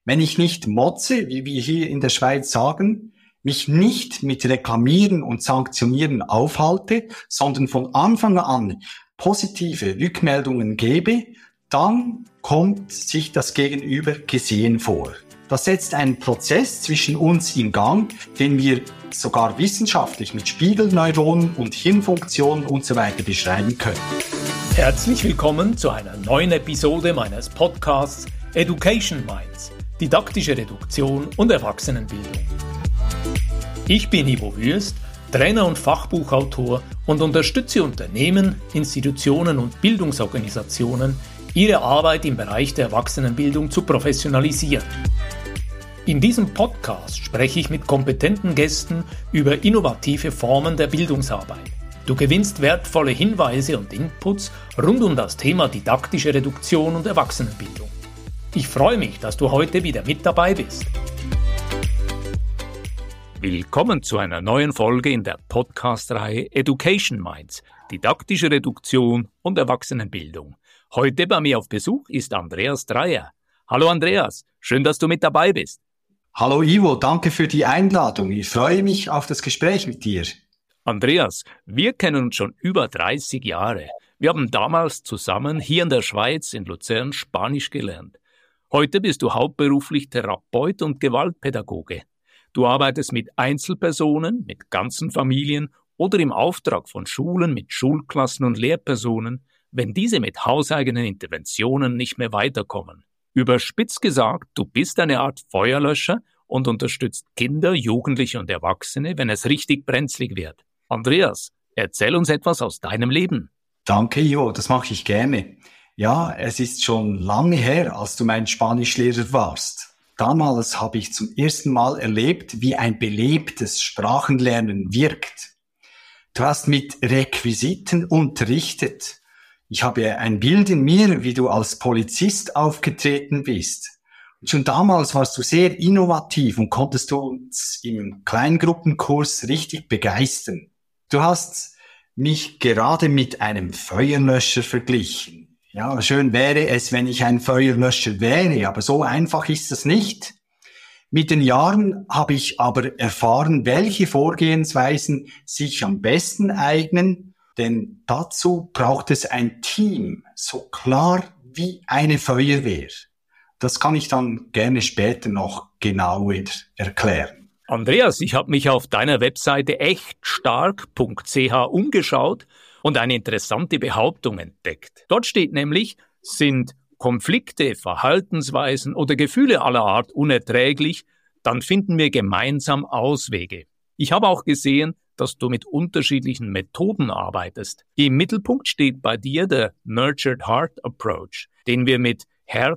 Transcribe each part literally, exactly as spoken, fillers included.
Wenn ich nicht motze, wie wir hier in der Schweiz sagen, mich nicht mit Reklamieren und Sanktionieren aufhalte, sondern von Anfang an positive Rückmeldungen gebe, dann kommt sich das Gegenüber gesehen vor. Das setzt einen Prozess zwischen uns in Gang, den wir sogar wissenschaftlich mit Spiegelneuronen und Hirnfunktionen und so weiter beschreiben können. Herzlich willkommen zu einer neuen Episode meines Podcasts Education Minds, didaktische Reduktion und Erwachsenenbildung. Ich bin Ivo Würst, Trainer und Fachbuchautor und unterstütze Unternehmen, Institutionen und Bildungsorganisationen, ihre Arbeit im Bereich der Erwachsenenbildung zu professionalisieren. In diesem Podcast spreche ich mit kompetenten Gästen über innovative Formen der Bildungsarbeit. Du gewinnst wertvolle Hinweise und Inputs rund um das Thema didaktische Reduktion und Erwachsenenbildung. Ich freue mich, dass du heute wieder mit dabei bist. Willkommen zu einer neuen Folge in der Podcast-Reihe Education Minds, didaktische Reduktion und Erwachsenenbildung. Heute bei mir auf Besuch ist Andreas Dreyer. Hallo Andreas, schön, dass du mit dabei bist. Hallo Ivo, danke für die Einladung. Ich freue mich auf das Gespräch mit dir. Andreas, wir kennen uns schon über dreißig Jahre. Wir haben damals zusammen hier in der Schweiz in Luzern Spanisch gelernt. Heute bist du hauptberuflich Therapeut und Gewaltpädagoge. Du arbeitest mit Einzelpersonen, mit ganzen Familien oder im Auftrag von Schulen mit Schulklassen und Lehrpersonen, wenn diese mit hauseigenen Interventionen nicht mehr weiterkommen. Überspitzt gesagt, du bist eine Art Feuerlöscher und unterstützt Kinder, Jugendliche und Erwachsene, wenn es richtig brenzlig wird. Andreas, erzähl uns etwas aus deinem Leben. Danke, Jo, das mache ich gerne. Ja, es ist schon lange her, als du mein Spanischlehrer warst. Damals habe ich zum ersten Mal erlebt, wie ein belebtes Sprachenlernen wirkt. Du hast mit Requisiten unterrichtet. Ich habe ein Bild in mir, wie du als Polizist aufgetreten bist. Und schon damals warst du sehr innovativ und konntest du uns im Kleingruppenkurs richtig begeistern. Du hast mich gerade mit einem Feuerlöscher verglichen. Ja, schön wäre es, wenn ich ein Feuerlöscher wäre, aber so einfach ist es nicht. Mit den Jahren habe ich aber erfahren, welche Vorgehensweisen sich am besten eignen, denn dazu braucht es ein Team, so klar wie eine Feuerwehr. Das kann ich dann gerne später noch genauer erklären. Andreas, ich habe mich auf deiner Webseite echtstark punkt c h umgeschaut und eine interessante Behauptung entdeckt. Dort steht nämlich, sind Konflikte, Verhaltensweisen oder Gefühle aller Art unerträglich, dann finden wir gemeinsam Auswege. Ich habe auch gesehen, dass du mit unterschiedlichen Methoden arbeitest. Im Mittelpunkt steht bei dir der Nurtured Heart Approach, den wir mit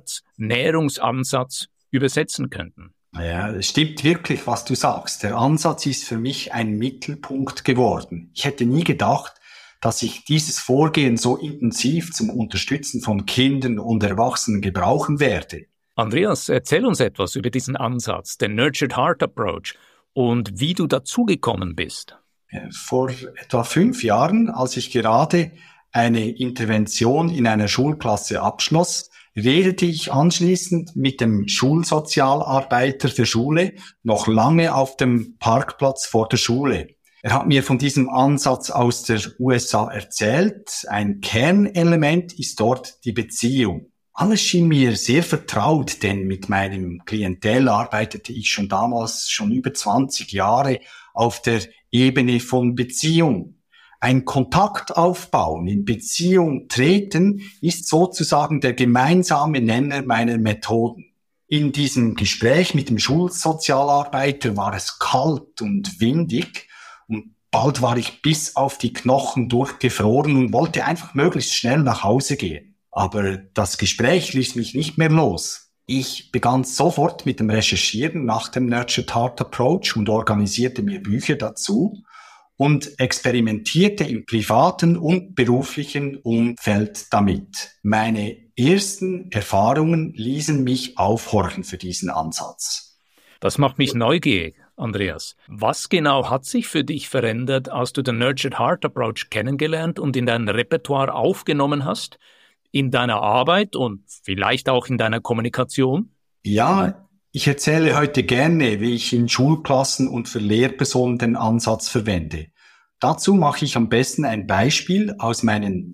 Herz-Nährungsansatz übersetzen könnten. Ja, es stimmt wirklich, was du sagst. Der Ansatz ist für mich ein Mittelpunkt geworden. Ich hätte nie gedacht, dass ich dieses Vorgehen so intensiv zum Unterstützen von Kindern und Erwachsenen gebrauchen werde. Andreas, erzähl uns etwas über diesen Ansatz, den Nurtured Heart Approach, und wie du dazugekommen bist. Vor etwa fünf Jahren, als ich gerade eine Intervention in einer Schulklasse abschloss, redete ich anschließend mit dem Schulsozialarbeiter der Schule noch lange auf dem Parkplatz vor der Schule. Er hat mir von diesem Ansatz aus der U S A erzählt. Ein Kernelement ist dort die Beziehung. Alles schien mir sehr vertraut, denn mit meinem Klientel arbeitete ich schon damals, schon über zwanzig Jahre, auf der Ebene von Beziehung. Ein Kontakt aufbauen, in Beziehung treten, ist sozusagen der gemeinsame Nenner meiner Methoden. In diesem Gespräch mit dem Schulsozialarbeiter war es kalt und windig und bald war ich bis auf die Knochen durchgefroren und wollte einfach möglichst schnell nach Hause gehen. Aber das Gespräch ließ mich nicht mehr los. Ich begann sofort mit dem Recherchieren nach dem Nurtured Heart Approach und organisierte mir Bücher dazu und experimentierte im privaten und beruflichen Umfeld damit. Meine ersten Erfahrungen ließen mich aufhorchen für diesen Ansatz. Das macht mich neugierig, Andreas. Was genau hat sich für dich verändert, als du den Nurtured Heart Approach kennengelernt und in dein Repertoire aufgenommen hast? In deiner Arbeit und vielleicht auch in deiner Kommunikation? Ja, Ich erzähle heute gerne, wie ich in Schulklassen und für Lehrpersonen den Ansatz verwende. Dazu mache ich am besten ein Beispiel aus meinen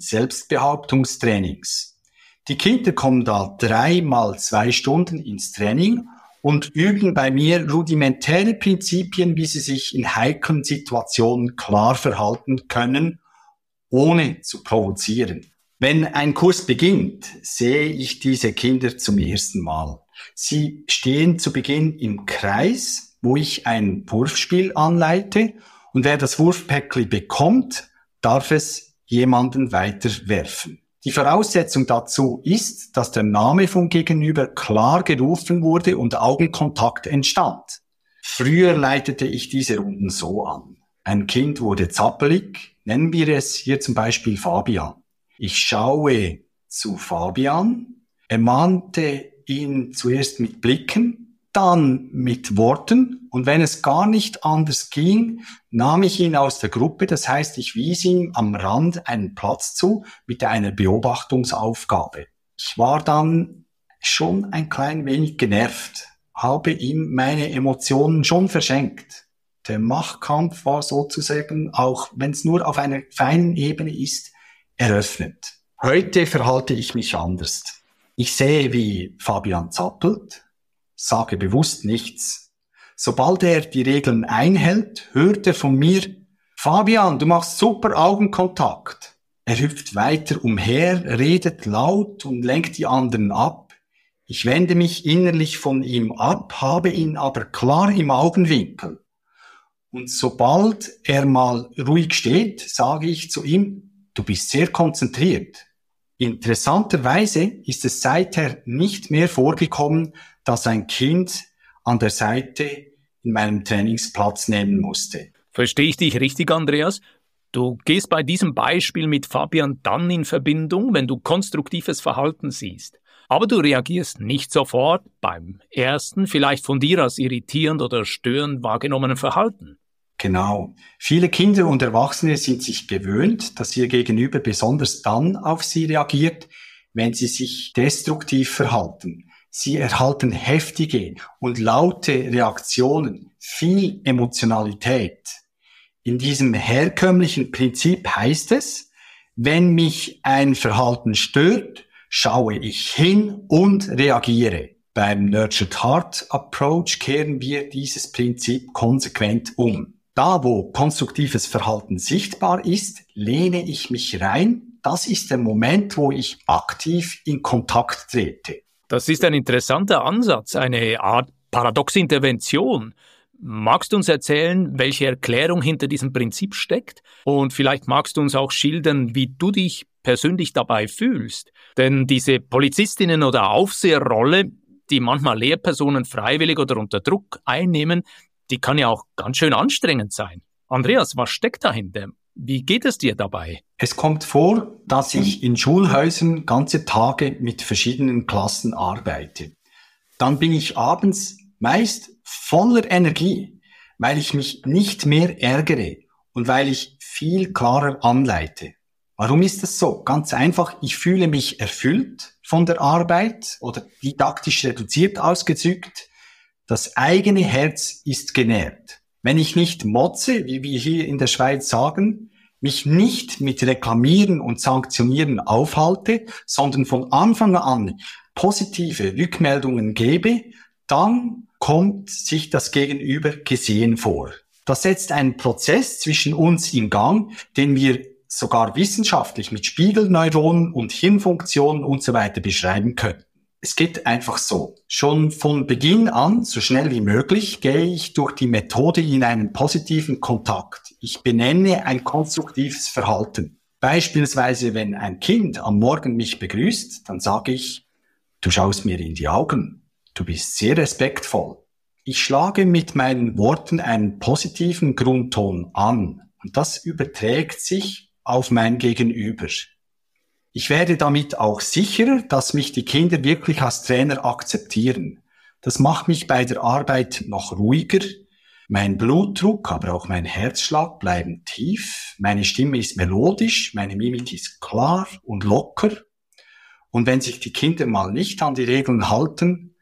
Selbstbehauptungstrainings. Die Kinder kommen da dreimal zwei Stunden ins Training und üben bei mir rudimentäre Prinzipien, wie sie sich in heiklen Situationen klar verhalten können, ohne zu provozieren. Wenn ein Kurs beginnt, sehe ich diese Kinder zum ersten Mal. Sie stehen zu Beginn im Kreis, wo ich ein Wurfspiel anleite, und wer das Wurfpäckli bekommt, darf es jemanden weiterwerfen. Die Voraussetzung dazu ist, dass der Name vom Gegenüber klar gerufen wurde und Augenkontakt entstand. Früher leitete ich diese Runden so an. Ein Kind wurde zappelig, nennen wir es hier zum Beispiel Fabian. Ich schaue zu Fabian, ermahnte ihn zuerst mit Blicken, dann mit Worten, und wenn es gar nicht anders ging, nahm ich ihn aus der Gruppe, das heißt, ich wies ihm am Rand einen Platz zu mit einer Beobachtungsaufgabe. Ich war dann schon ein klein wenig genervt, habe ihm meine Emotionen schon verschenkt. Der Machtkampf war sozusagen, auch wenn es nur auf einer feinen Ebene ist, eröffnet. Heute verhalte ich mich anders. Ich sehe, wie Fabian zappelt, sage bewusst nichts. Sobald er die Regeln einhält, hört er von mir: Fabian, du machst super Augenkontakt. Er hüpft weiter umher, redet laut und lenkt die anderen ab. Ich wende mich innerlich von ihm ab, habe ihn aber klar im Augenwinkel. Und sobald er mal ruhig steht, sage ich zu ihm: Du bist sehr konzentriert. Interessanterweise ist es seither nicht mehr vorgekommen, dass ein Kind an der Seite in meinem Trainingsplatz nehmen musste. Verstehe ich dich richtig, Andreas? Du gehst bei diesem Beispiel mit Fabian dann in Verbindung, wenn du konstruktives Verhalten siehst. Aber du reagierst nicht sofort beim ersten, vielleicht von dir als irritierend oder störend wahrgenommenen Verhalten. Genau. Viele Kinder und Erwachsene sind sich gewöhnt, dass ihr Gegenüber besonders dann auf sie reagiert, wenn sie sich destruktiv verhalten. Sie erhalten heftige und laute Reaktionen, viel Emotionalität. In diesem herkömmlichen Prinzip heißt es, wenn mich ein Verhalten stört, schaue ich hin und reagiere. Beim Nurtured Heart Approach kehren wir dieses Prinzip konsequent um. Da, wo konstruktives Verhalten sichtbar ist, lehne ich mich rein. Das ist der Moment, wo ich aktiv in Kontakt trete. Das ist ein interessanter Ansatz, eine Art paradoxe Intervention. Magst du uns erzählen, welche Erklärung hinter diesem Prinzip steckt? Und vielleicht magst du uns auch schildern, wie du dich persönlich dabei fühlst. Denn diese Polizistinnen- oder Aufseherrolle, die manchmal Lehrpersonen freiwillig oder unter Druck einnehmen, die kann ja auch ganz schön anstrengend sein. Andreas, was steckt dahinter? Wie geht es dir dabei? Es kommt vor, dass ich in Schulhäusern ganze Tage mit verschiedenen Klassen arbeite. Dann bin ich abends meist voller Energie, weil ich mich nicht mehr ärgere und weil ich viel klarer anleite. Warum ist das so? Ganz einfach, ich fühle mich erfüllt von der Arbeit oder didaktisch reduziert ausgedrückt. Das eigene Herz ist genährt. Wenn ich nicht motze, wie wir hier in der Schweiz sagen, mich nicht mit Reklamieren und Sanktionieren aufhalte, sondern von Anfang an positive Rückmeldungen gebe, dann kommt sich das Gegenüber gesehen vor. Das setzt einen Prozess zwischen uns in Gang, den wir sogar wissenschaftlich mit Spiegelneuronen und Hirnfunktionen und so weiter beschreiben können. Es geht einfach so. Schon von Beginn an, so schnell wie möglich, gehe ich durch die Methode in einen positiven Kontakt. Ich benenne ein konstruktives Verhalten. Beispielsweise, wenn ein Kind am Morgen mich begrüßt, dann sage ich: Du schaust mir in die Augen. Du bist sehr respektvoll. Ich schlage mit meinen Worten einen positiven Grundton an. Und das überträgt sich auf mein Gegenüber. Ich werde damit auch sicherer, dass mich die Kinder wirklich als Trainer akzeptieren. Das macht mich bei der Arbeit noch ruhiger. Mein Blutdruck, aber auch mein Herzschlag bleiben tief. Meine Stimme ist melodisch, meine Mimik ist klar und locker. Und wenn sich die Kinder mal nicht an die Regeln halten,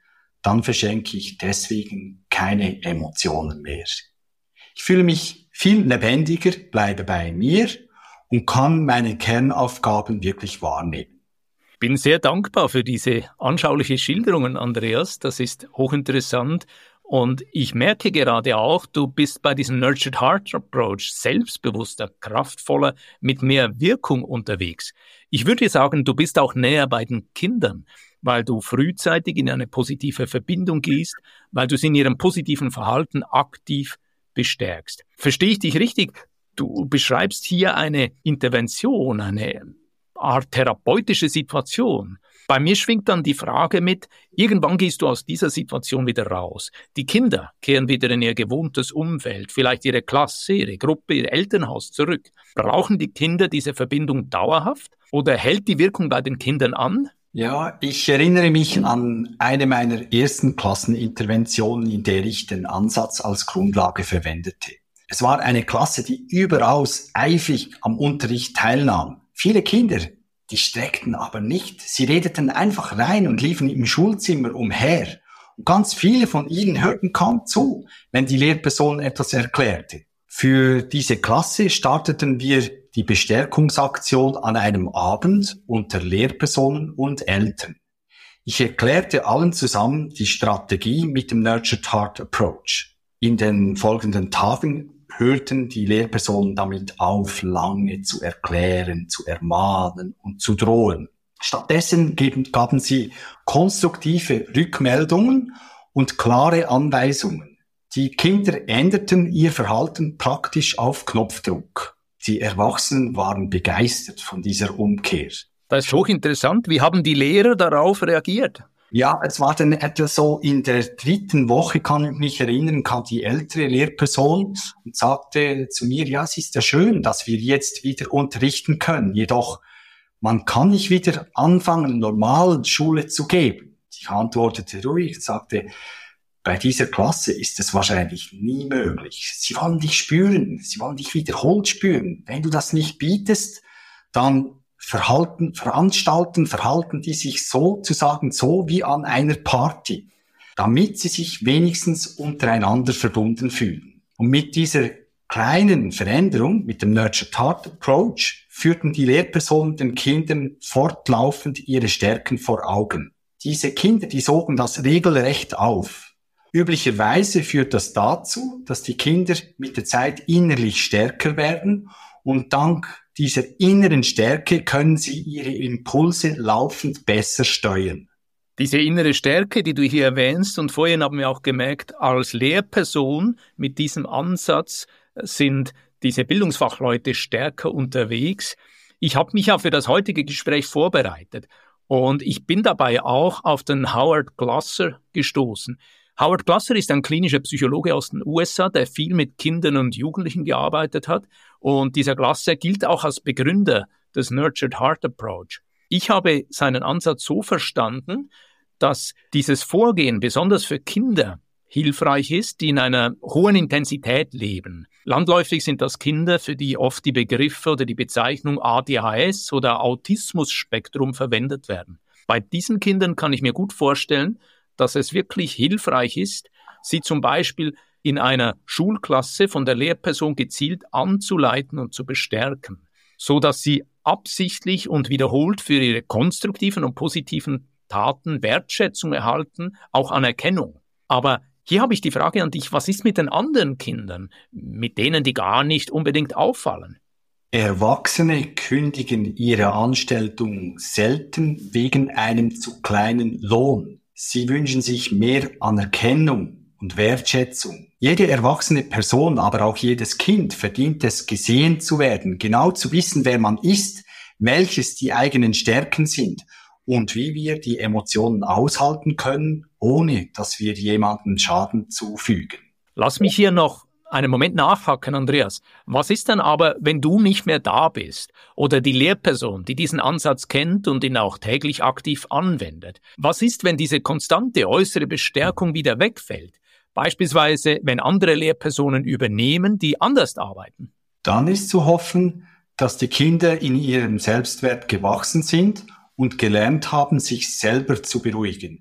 dann verschenke ich deswegen keine Emotionen mehr. Ich fühle mich viel lebendiger, bleibe bei mir und kann meine Kernaufgaben wirklich wahrnehmen. Ich bin sehr dankbar für diese anschauliche Schilderungen, Andreas. Das ist hochinteressant. Und ich merke gerade auch, du bist bei diesem Nurtured Heart Approach selbstbewusster, kraftvoller, mit mehr Wirkung unterwegs. Ich würde sagen, du bist auch näher bei den Kindern, weil du frühzeitig in eine positive Verbindung gehst, weil du sie in ihrem positiven Verhalten aktiv bestärkst. Verstehe ich dich richtig? Du beschreibst hier eine Intervention, eine Art therapeutische Situation. Bei mir schwingt dann die Frage mit, irgendwann gehst du aus dieser Situation wieder raus. Die Kinder kehren wieder in ihr gewohntes Umfeld, vielleicht ihre Klasse, ihre Gruppe, ihr Elternhaus zurück. Brauchen die Kinder diese Verbindung dauerhaft oder hält die Wirkung bei den Kindern an? Ja, ich erinnere mich an eine meiner ersten Klasseninterventionen, in der ich den Ansatz als Grundlage verwendete. Es war eine Klasse, die überaus eifrig am Unterricht teilnahm. Viele Kinder, die streckten aber nicht. Sie redeten einfach rein und liefen im Schulzimmer umher. Und ganz viele von ihnen hörten kaum zu, wenn die Lehrperson etwas erklärte. Für diese Klasse starteten wir die Bestärkungsaktion an einem Abend unter Lehrpersonen und Eltern. Ich erklärte allen zusammen die Strategie mit dem Nurtured Heart Approach. In den folgenden Tagen hörten die Lehrpersonen damit auf, lange zu erklären, zu ermahnen und zu drohen. Stattdessen gaben sie konstruktive Rückmeldungen und klare Anweisungen. Die Kinder änderten ihr Verhalten praktisch auf Knopfdruck. Die Erwachsenen waren begeistert von dieser Umkehr. Das ist hochinteressant. Wie haben die Lehrer darauf reagiert? Ja, es war dann etwa so, in der dritten Woche, kann ich mich erinnern, kam die ältere Lehrperson und sagte zu mir, ja, es ist ja schön, dass wir jetzt wieder unterrichten können. Jedoch, man kann nicht wieder anfangen, normal Schule zu geben. Ich antwortete ruhig und sagte, bei dieser Klasse ist es wahrscheinlich nie möglich. Sie wollen dich spüren, sie wollen dich wiederholt spüren. Wenn du das nicht bietest, dann verhalten, veranstalten, verhalten die sich sozusagen so wie an einer Party, damit sie sich wenigstens untereinander verbunden fühlen. Und mit dieser kleinen Veränderung, mit dem Nurtured Heart Approach, führten die Lehrpersonen den Kindern fortlaufend ihre Stärken vor Augen. Diese Kinder, die sogen das regelrecht auf. Üblicherweise führt das dazu, dass die Kinder mit der Zeit innerlich stärker werden und dank dieser inneren Stärke können sie ihre Impulse laufend besser steuern. Diese innere Stärke, die du hier erwähnst, und vorhin haben wir auch gemerkt, als Lehrperson mit diesem Ansatz sind diese Bildungsfachleute stärker unterwegs. Ich habe mich ja für das heutige Gespräch vorbereitet und ich bin dabei auch auf den Howard Glasser gestoßen. Howard Glasser ist ein klinischer Psychologe aus den U S A, der viel mit Kindern und Jugendlichen gearbeitet hat. Und dieser Glasser gilt auch als Begründer des Nurtured Heart Approach. Ich habe seinen Ansatz so verstanden, dass dieses Vorgehen besonders für Kinder hilfreich ist, die in einer hohen Intensität leben. Landläufig sind das Kinder, für die oft die Begriffe oder die Bezeichnung A D H S oder Autismus-Spektrum verwendet werden. Bei diesen Kindern kann ich mir gut vorstellen, dass es wirklich hilfreich ist, sie zum Beispiel in einer Schulklasse von der Lehrperson gezielt anzuleiten und zu bestärken, so dass sie absichtlich und wiederholt für ihre konstruktiven und positiven Taten Wertschätzung erhalten, auch Anerkennung. Aber hier habe ich die Frage an dich, was ist mit den anderen Kindern, mit denen, die gar nicht unbedingt auffallen? Erwachsene kündigen ihre Anstellung selten wegen einem zu kleinen Lohn. Sie wünschen sich mehr Anerkennung und Wertschätzung. Jede erwachsene Person, aber auch jedes Kind verdient es, gesehen zu werden, genau zu wissen, wer man ist, welches die eigenen Stärken sind und wie wir die Emotionen aushalten können, ohne dass wir jemandem Schaden zufügen. Lass mich hier noch einen Moment nachhaken, Andreas. Was ist dann aber, wenn du nicht mehr da bist oder die Lehrperson, die diesen Ansatz kennt und ihn auch täglich aktiv anwendet? Was ist, wenn diese konstante äußere Bestärkung wieder wegfällt? Beispielsweise, wenn andere Lehrpersonen übernehmen, die anders arbeiten. Dann ist zu hoffen, dass die Kinder in ihrem Selbstwert gewachsen sind und gelernt haben, sich selber zu beruhigen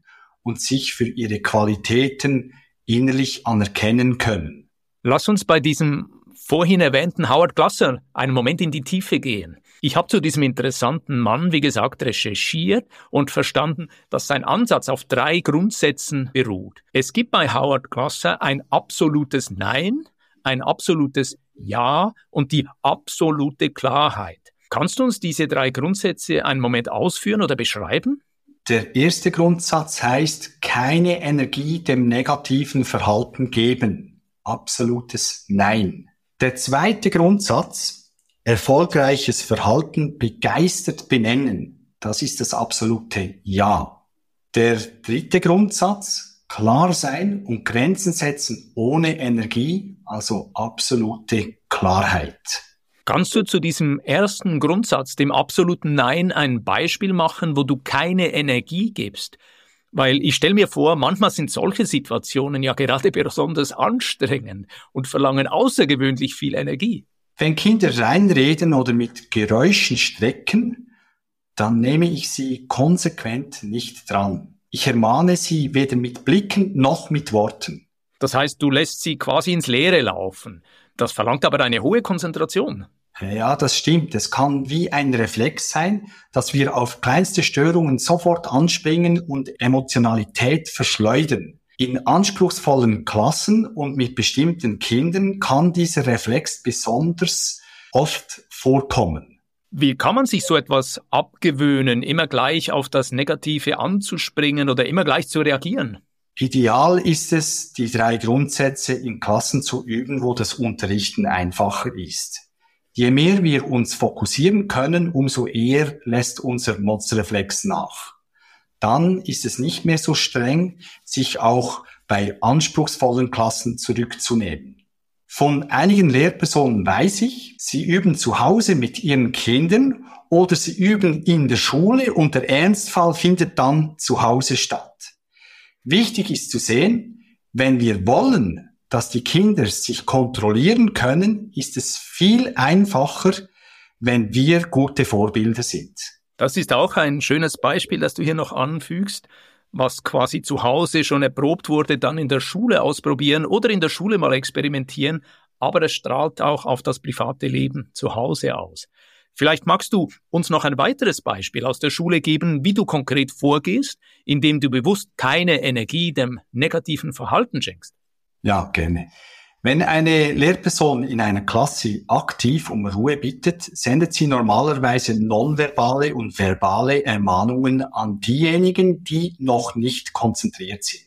und sich für ihre Qualitäten innerlich anerkennen können. Lass uns bei diesem vorhin erwähnten Howard Glasser einen Moment in die Tiefe gehen. Ich habe zu diesem interessanten Mann, wie gesagt, recherchiert und verstanden, dass sein Ansatz auf drei Grundsätzen beruht. Es gibt bei Howard Glasser ein absolutes Nein, ein absolutes Ja und die absolute Klarheit. Kannst du uns diese drei Grundsätze einen Moment ausführen oder beschreiben? Der erste Grundsatz heißt, keine Energie dem negativen Verhalten geben. Absolutes Nein. Der zweite Grundsatz, erfolgreiches Verhalten begeistert benennen. Das ist das absolute Ja. Der dritte Grundsatz, klar sein und Grenzen setzen ohne Energie, also absolute Klarheit. Kannst du zu diesem ersten Grundsatz, dem absoluten Nein, ein Beispiel machen, wo du keine Energie gibst? Weil ich stelle mir vor, manchmal sind solche Situationen ja gerade besonders anstrengend und verlangen außergewöhnlich viel Energie. Wenn Kinder reinreden oder mit Geräuschen strecken, dann nehme ich sie konsequent nicht dran. Ich ermahne sie weder mit Blicken noch mit Worten. Das heißt, du lässt sie quasi ins Leere laufen. Das verlangt aber eine hohe Konzentration. Ja, das stimmt. Es kann wie ein Reflex sein, dass wir auf kleinste Störungen sofort anspringen und Emotionalität verschleudern. In anspruchsvollen Klassen und mit bestimmten Kindern kann dieser Reflex besonders oft vorkommen. Wie kann man sich so etwas abgewöhnen, immer gleich auf das Negative anzuspringen oder immer gleich zu reagieren? Ideal ist es, die drei Grundsätze in Klassen zu üben, wo das Unterrichten einfacher ist. Je mehr wir uns fokussieren können, umso eher lässt unser Motzreflex nach. Dann ist es nicht mehr so streng, sich auch bei anspruchsvollen Klassen zurückzunehmen. Von einigen Lehrpersonen weiß ich, sie üben zu Hause mit ihren Kindern oder sie üben in der Schule und der Ernstfall findet dann zu Hause statt. Wichtig ist zu sehen, wenn wir wollen, dass die Kinder sich kontrollieren können, ist es viel einfacher, wenn wir gute Vorbilder sind. Das ist auch ein schönes Beispiel, das du hier noch anfügst, was quasi zu Hause schon erprobt wurde, dann in der Schule ausprobieren oder in der Schule mal experimentieren, aber es strahlt auch auf das private Leben zu Hause aus. Vielleicht magst du uns noch ein weiteres Beispiel aus der Schule geben, wie du konkret vorgehst, indem du bewusst keine Energie dem negativen Verhalten schenkst. Ja, gerne. Wenn eine Lehrperson in einer Klasse aktiv um Ruhe bittet, sendet sie normalerweise nonverbale und verbale Ermahnungen an diejenigen, die noch nicht konzentriert sind.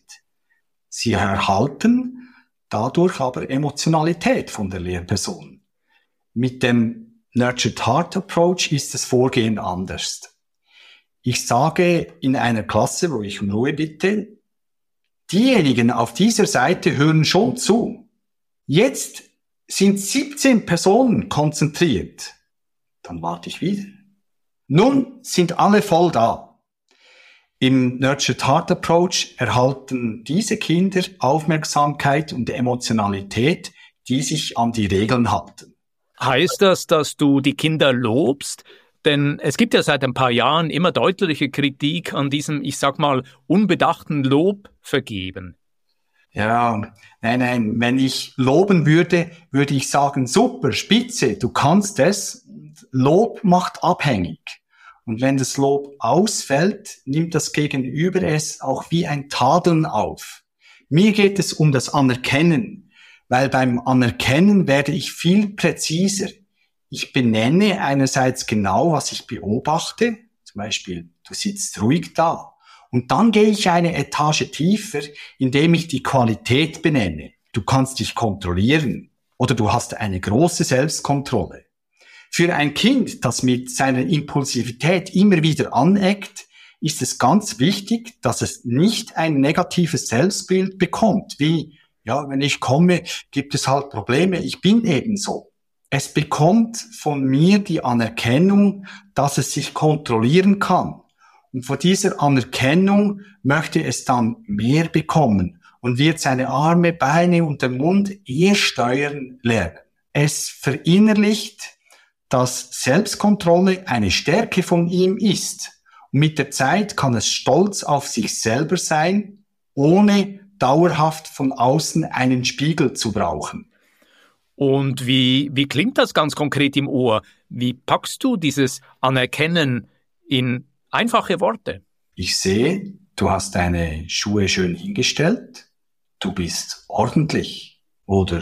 Sie erhalten dadurch aber Emotionalität von der Lehrperson. Mit dem Nurtured Heart Approach ist das Vorgehen anders. Ich sage in einer Klasse, wo ich um Ruhe bitte, diejenigen auf dieser Seite hören schon zu. Jetzt sind siebzehn Personen konzentriert. Dann warte ich wieder. Nun sind alle voll da. Im Nurtured Heart Approach erhalten diese Kinder Aufmerksamkeit und Emotionalität, die sich an die Regeln halten. Heißt das, dass du die Kinder lobst? Denn es gibt ja seit ein paar Jahren immer deutliche Kritik an diesem, ich sag mal, unbedachten Lob vergeben. Ja, nein, nein, wenn ich loben würde, würde ich sagen, super, spitze, du kannst es. Lob macht abhängig. Und wenn das Lob ausfällt, nimmt das Gegenüber es auch wie ein Tadeln auf. Mir geht es um das Anerkennen, weil beim Anerkennen werde ich viel präziser. Ich benenne einerseits genau, was ich beobachte, zum Beispiel, du sitzt ruhig da. Und dann gehe ich eine Etage tiefer, indem ich die Qualität benenne. Du kannst dich kontrollieren oder du hast eine große Selbstkontrolle. Für ein Kind, das mit seiner Impulsivität immer wieder aneckt, ist es ganz wichtig, dass es nicht ein negatives Selbstbild bekommt, wie, ja, wenn ich komme, gibt es halt Probleme, ich bin eben so. Es bekommt von mir die Anerkennung, dass es sich kontrollieren kann. Und vor dieser Anerkennung möchte es dann mehr bekommen und wird seine Arme, Beine und den Mund eher steuern lernen. Es verinnerlicht, dass Selbstkontrolle eine Stärke von ihm ist. Und mit der Zeit kann es stolz auf sich selber sein, ohne dauerhaft von außen einen Spiegel zu brauchen. Und wie, wie klingt das ganz konkret im Ohr? Wie packst du dieses Anerkennen in einfache Worte? Ich sehe, du hast deine Schuhe schön hingestellt, du bist ordentlich oder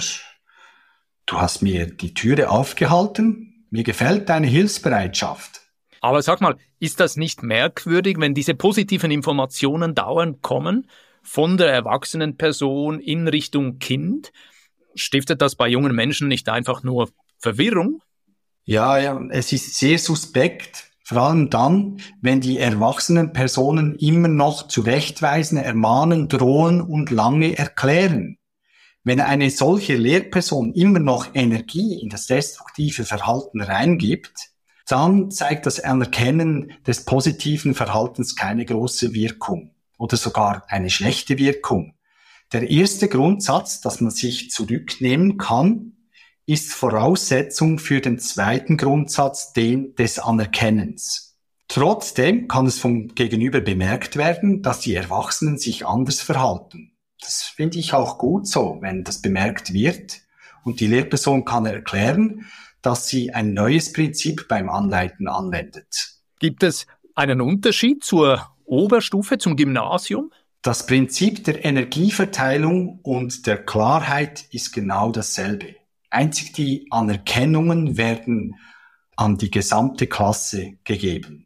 du hast mir die Türe aufgehalten, mir gefällt deine Hilfsbereitschaft. Aber sag mal, ist das nicht merkwürdig, wenn diese positiven Informationen dauernd kommen von der erwachsenen Person in Richtung Kind? Stiftet das bei jungen Menschen nicht einfach nur Verwirrung? Ja, ja, es ist sehr suspekt, vor allem dann, wenn die erwachsenen Personen immer noch zurechtweisen, ermahnen, drohen und lange erklären. Wenn eine solche Lehrperson immer noch Energie in das destruktive Verhalten reingibt, dann zeigt das Anerkennen des positiven Verhaltens keine große Wirkung oder sogar eine schlechte Wirkung. Der erste Grundsatz, dass man sich zurücknehmen kann, ist Voraussetzung für den zweiten Grundsatz, den des Anerkennens. Trotzdem kann es vom Gegenüber bemerkt werden, dass die Erwachsenen sich anders verhalten. Das finde ich auch gut so, wenn das bemerkt wird und die Lehrperson kann erklären, dass sie ein neues Prinzip beim Anleiten anwendet. Gibt es einen Unterschied zur Oberstufe, zum Gymnasium? Das Prinzip der Energieverteilung und der Klarheit ist genau dasselbe. Einzig die Anerkennungen werden an die gesamte Klasse gegeben.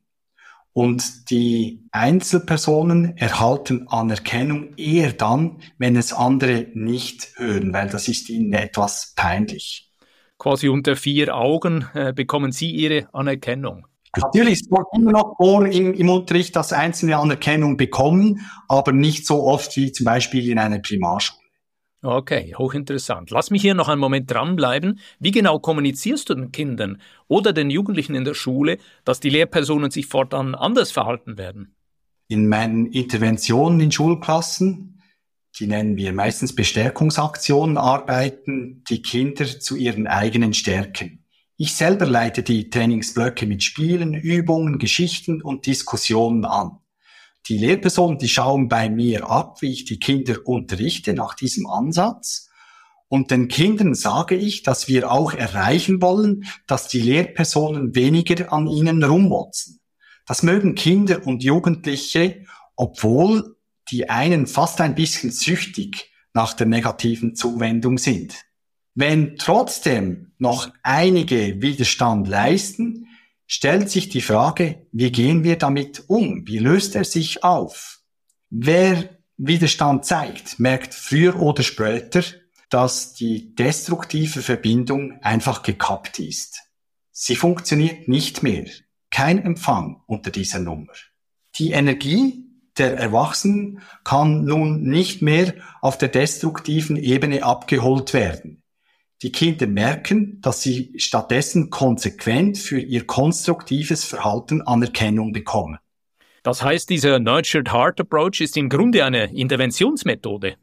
Und die Einzelpersonen erhalten Anerkennung eher dann, wenn es andere nicht hören, weil das ist ihnen etwas peinlich. Quasi unter vier Augen äh, bekommen Sie Ihre Anerkennung. Natürlich, es kommt immer noch vor im, im Unterricht, dass Einzelne Anerkennung bekommen, aber nicht so oft wie zum Beispiel in einer Primarschule. Okay, hochinteressant. Lass mich hier noch einen Moment dranbleiben. Wie genau kommunizierst du den Kindern oder den Jugendlichen in der Schule, dass die Lehrpersonen sich fortan anders verhalten werden? In meinen Interventionen in Schulklassen, die nennen wir meistens Bestärkungsaktionen, arbeiten die Kinder zu ihren eigenen Stärken. Ich selber leite die Trainingsblöcke mit Spielen, Übungen, Geschichten und Diskussionen an. Die Lehrpersonen, die schauen bei mir ab, wie ich die Kinder unterrichte nach diesem Ansatz. Und den Kindern sage ich, dass wir auch erreichen wollen, dass die Lehrpersonen weniger an ihnen rummotzen. Das mögen Kinder und Jugendliche, obwohl die einen fast ein bisschen süchtig nach der negativen Zuwendung sind. Wenn trotzdem noch einige Widerstand leisten, stellt sich die Frage, wie gehen wir damit um? Wie löst er sich auf? Wer Widerstand zeigt, merkt früher oder später, dass die destruktive Verbindung einfach gekappt ist. Sie funktioniert nicht mehr. Kein Empfang unter dieser Nummer. Die Energie der Erwachsenen kann nun nicht mehr auf der destruktiven Ebene abgeholt werden. Die Kinder merken, dass sie stattdessen konsequent für ihr konstruktives Verhalten Anerkennung bekommen. Das heißt, dieser Nurtured Heart Approach ist im Grunde eine Interventionsmethode.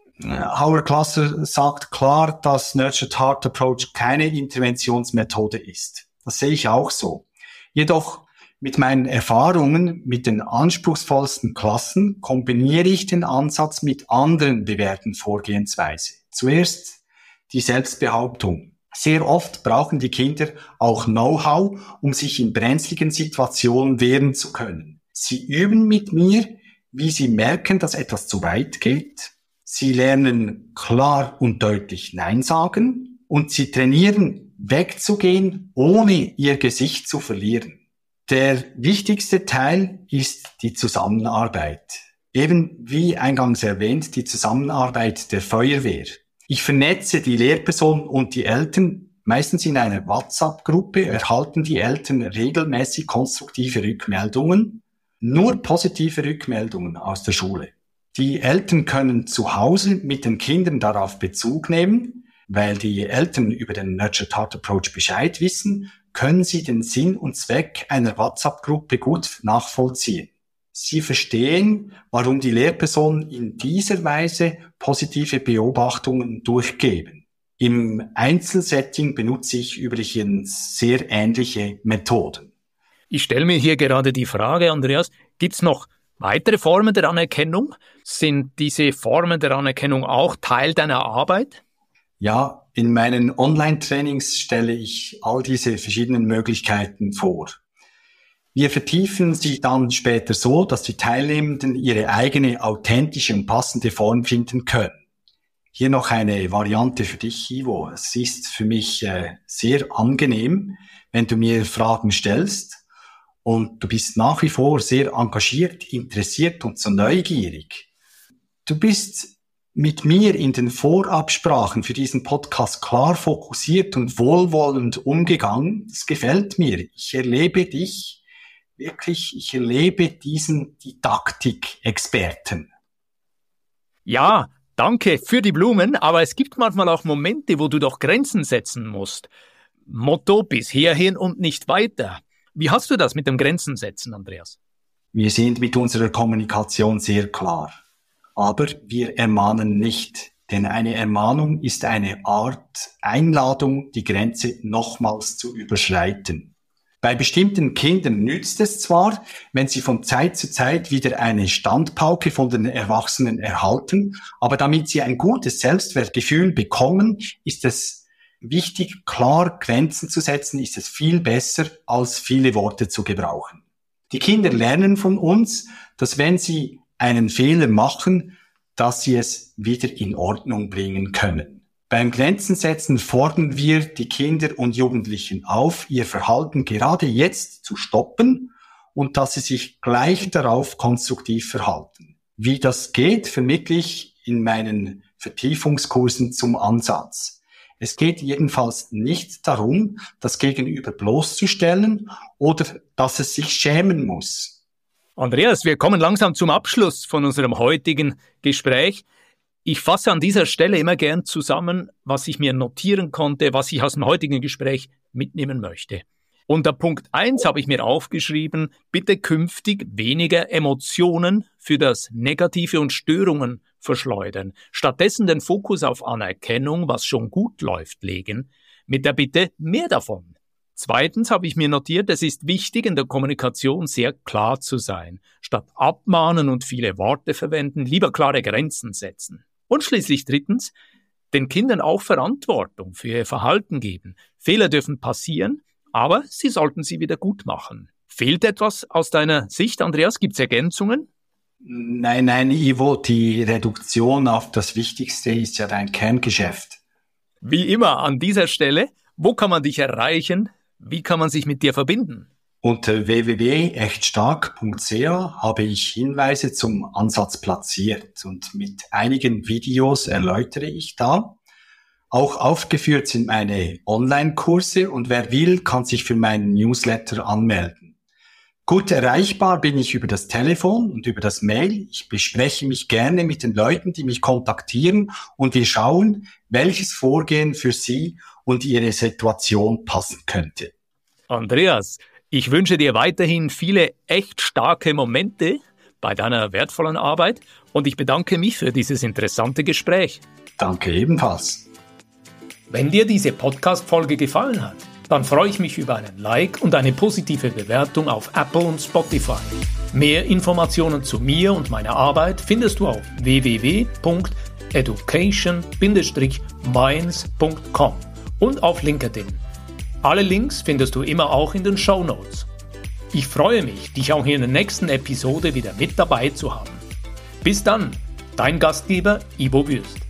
Howard Glasser sagt klar, dass Nurtured Heart Approach keine Interventionsmethode ist. Das sehe ich auch so. Jedoch mit meinen Erfahrungen mit den anspruchsvollsten Klassen kombiniere ich den Ansatz mit anderen bewährten Vorgehensweisen. Zuerst die Selbstbehauptung. Sehr oft brauchen die Kinder auch Know-how, um sich in brenzligen Situationen wehren zu können. Sie üben mit mir, wie sie merken, dass etwas zu weit geht. Sie lernen klar und deutlich Nein sagen und sie trainieren, wegzugehen, ohne ihr Gesicht zu verlieren. Der wichtigste Teil ist die Zusammenarbeit. Eben wie eingangs erwähnt, die Zusammenarbeit der Feuerwehr. Ich vernetze die Lehrperson und die Eltern, meistens in einer WhatsApp-Gruppe, erhalten die Eltern regelmäßig konstruktive Rückmeldungen, nur positive Rückmeldungen aus der Schule. Die Eltern können zu Hause mit den Kindern darauf Bezug nehmen, weil die Eltern über den Nurtured Heart Approach Bescheid wissen, können sie den Sinn und Zweck einer WhatsApp-Gruppe gut nachvollziehen. Sie verstehen, warum die Lehrpersonen in dieser Weise positive Beobachtungen durchgeben. Im Einzelsetting benutze ich übrigens sehr ähnliche Methoden. Ich stelle mir hier gerade die Frage, Andreas, gibt es noch weitere Formen der Anerkennung? Sind diese Formen der Anerkennung auch Teil deiner Arbeit? Ja, in meinen Online-Trainings stelle ich all diese verschiedenen Möglichkeiten vor. Wir vertiefen sie dann später so, dass die Teilnehmenden ihre eigene authentische und passende Form finden können. Hier noch eine Variante für dich, Ivo. Es ist für mich äh, sehr angenehm, wenn du mir Fragen stellst und du bist nach wie vor sehr engagiert, interessiert und so neugierig. Du bist mit mir in den Vorabsprachen für diesen Podcast klar fokussiert und wohlwollend umgegangen. Das gefällt mir. Ich erlebe dich wirklich, ich erlebe diesen Didaktik-Experten. Ja, danke für die Blumen, aber es gibt manchmal auch Momente, wo du doch Grenzen setzen musst. Motto bis hierhin und nicht weiter. Wie hast du das mit dem Grenzen setzen, Andreas? Wir sind mit unserer Kommunikation sehr klar, aber wir ermahnen nicht, denn eine Ermahnung ist eine Art Einladung, die Grenze nochmals zu überschreiten. Bei bestimmten Kindern nützt es zwar, wenn sie von Zeit zu Zeit wieder eine Standpauke von den Erwachsenen erhalten, aber damit sie ein gutes Selbstwertgefühl bekommen, ist es wichtig, klar Grenzen zu setzen, ist es viel besser, als viele Worte zu gebrauchen. Die Kinder lernen von uns, dass wenn sie einen Fehler machen, dass sie es wieder in Ordnung bringen können. Beim Grenzen setzen fordern wir die Kinder und Jugendlichen auf, ihr Verhalten gerade jetzt zu stoppen und dass sie sich gleich darauf konstruktiv verhalten. Wie das geht, vermittle ich in meinen Vertiefungskursen zum Ansatz. Es geht jedenfalls nicht darum, das Gegenüber bloßzustellen oder dass es sich schämen muss. Andreas, wir kommen langsam zum Abschluss von unserem heutigen Gespräch. Ich fasse an dieser Stelle immer gern zusammen, was ich mir notieren konnte, was ich aus dem heutigen Gespräch mitnehmen möchte. Unter Punkt eins habe ich mir aufgeschrieben, bitte künftig weniger Emotionen für das Negative und Störungen verschleudern. Stattdessen den Fokus auf Anerkennung, was schon gut läuft, legen, mit der Bitte mehr davon. Zweitens habe ich mir notiert, es ist wichtig, in der Kommunikation sehr klar zu sein. Statt abmahnen und viele Worte verwenden, lieber klare Grenzen setzen. Und schließlich drittens, den Kindern auch Verantwortung für ihr Verhalten geben. Fehler dürfen passieren, aber sie sollten sie wieder gut machen. Fehlt etwas aus deiner Sicht, Andreas? Gibt es Ergänzungen? Nein, nein, Ivo, die Reduktion auf das Wichtigste ist ja dein Kerngeschäft. Wie immer an dieser Stelle, wo kann man dich erreichen? Wie kann man sich mit dir verbinden? Unter w w w punkt echt stark punkt c a habe ich Hinweise zum Ansatz platziert und mit einigen Videos erläutere ich da. Auch aufgeführt sind meine Online-Kurse und wer will, kann sich für meinen Newsletter anmelden. Gut erreichbar bin ich über das Telefon und über das Mail. Ich bespreche mich gerne mit den Leuten, die mich kontaktieren und wir schauen, welches Vorgehen für sie und ihre Situation passen könnte. Andreas, ich wünsche dir weiterhin viele echt starke Momente bei deiner wertvollen Arbeit und ich bedanke mich für dieses interessante Gespräch. Danke ebenfalls. Wenn dir diese Podcast-Folge gefallen hat, dann freue ich mich über einen Like und eine positive Bewertung auf Apple und Spotify. Mehr Informationen zu mir und meiner Arbeit findest du auf w w w punkt education Bindestrich minds punkt com und auf LinkedIn. Alle Links findest du immer auch in den Shownotes. Ich freue mich, dich auch hier in der nächsten Episode wieder mit dabei zu haben. Bis dann, dein Gastgeber Ivo Würst.